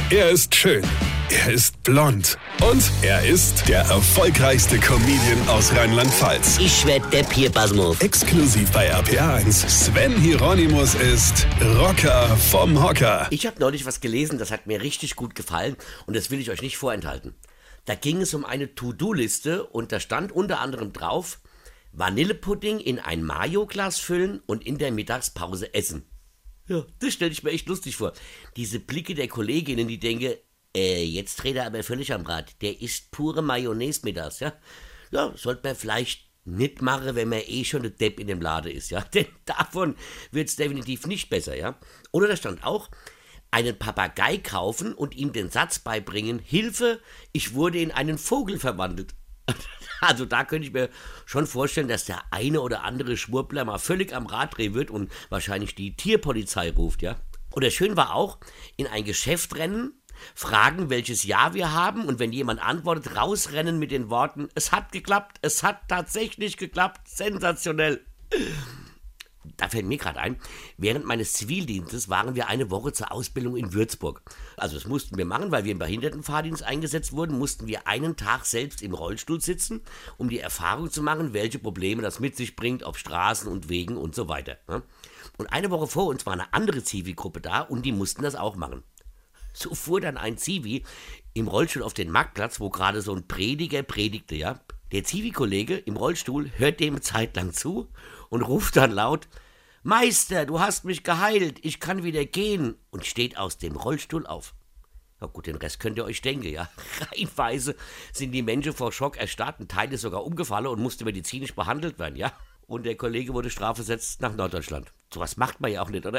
Er ist schön. Er ist blond. Und er ist der erfolgreichste Comedian aus Rheinland-Pfalz. Ich werd der Pierpasmus. Exklusiv bei RPA 1. Sven Hieronymus ist Rocker vom Hocker. Ich habe neulich was gelesen, das hat mir richtig gut gefallen und das will ich euch nicht vorenthalten. Da ging es um eine To-Do-Liste und da stand unter anderem drauf: Vanillepudding in ein Mayo-Glas füllen und in der Mittagspause essen. Ja, das stelle ich mir echt lustig vor. Diese Blicke der Kolleginnen, die denken, jetzt dreht er aber völlig am Rad. Der isst pure Mayonnaise mittags, ja. Ja, sollte man vielleicht nicht machen, wenn man schon der Depp in dem Laden ist, ja. Denn davon wird es definitiv nicht besser, ja. Oder da stand auch: einen Papagei kaufen und ihm den Satz beibringen: Hilfe, ich wurde in einen Vogel verwandelt. Also da könnte ich mir schon vorstellen, dass der eine oder andere Schwurbler mal völlig am Rad drehen wird und wahrscheinlich die Tierpolizei ruft, ja. Oder schön war auch: in ein Geschäft rennen, fragen, welches Jahr wir haben, und wenn jemand antwortet, rausrennen mit den Worten: es hat geklappt, es hat tatsächlich geklappt, sensationell. Da fällt mir gerade ein, während meines Zivildienstes waren wir eine Woche zur Ausbildung in Würzburg. Also das mussten wir machen, weil wir im Behindertenfahrdienst eingesetzt wurden, mussten wir einen Tag selbst im Rollstuhl sitzen, um die Erfahrung zu machen, welche Probleme das mit sich bringt, auf Straßen und Wegen und so weiter. Und eine Woche vor uns war eine andere Zivi-Gruppe da und die mussten das auch machen. So fuhr dann ein Zivi im Rollstuhl auf den Marktplatz, wo gerade so ein Prediger predigte, ja. Der Zivi-Kollege im Rollstuhl hört dem eine Zeit lang zu und ruft dann laut: Meister, du hast mich geheilt, ich kann wieder gehen, und steht aus dem Rollstuhl auf. Ja gut, den Rest könnt ihr euch denken, ja. Reihenweise sind die Menschen vor Schock erstarrt, ein Teil ist sogar umgefallen und musste medizinisch behandelt werden, ja. Und der Kollege wurde strafversetzt nach Norddeutschland. Sowas macht man ja auch nicht, oder?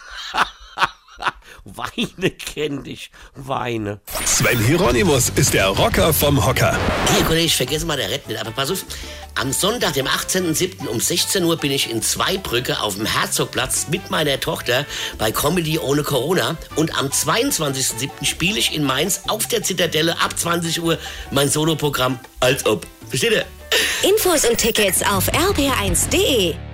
Weine kenn dich, weine. Sven Hieronymus ist der Rocker vom Hocker. Hey Kollege, ich vergesse mal, der rettet nicht, aber pass auf. Am Sonntag, dem 18.07. um 16 Uhr bin ich in Zweibrücke auf dem Herzogplatz mit meiner Tochter bei Comedy ohne Corona. Und am 22.07. spiele ich in Mainz auf der Zitadelle ab 20 Uhr mein Soloprogramm Als ob. Versteht ihr? Infos und Tickets auf rpr1.de.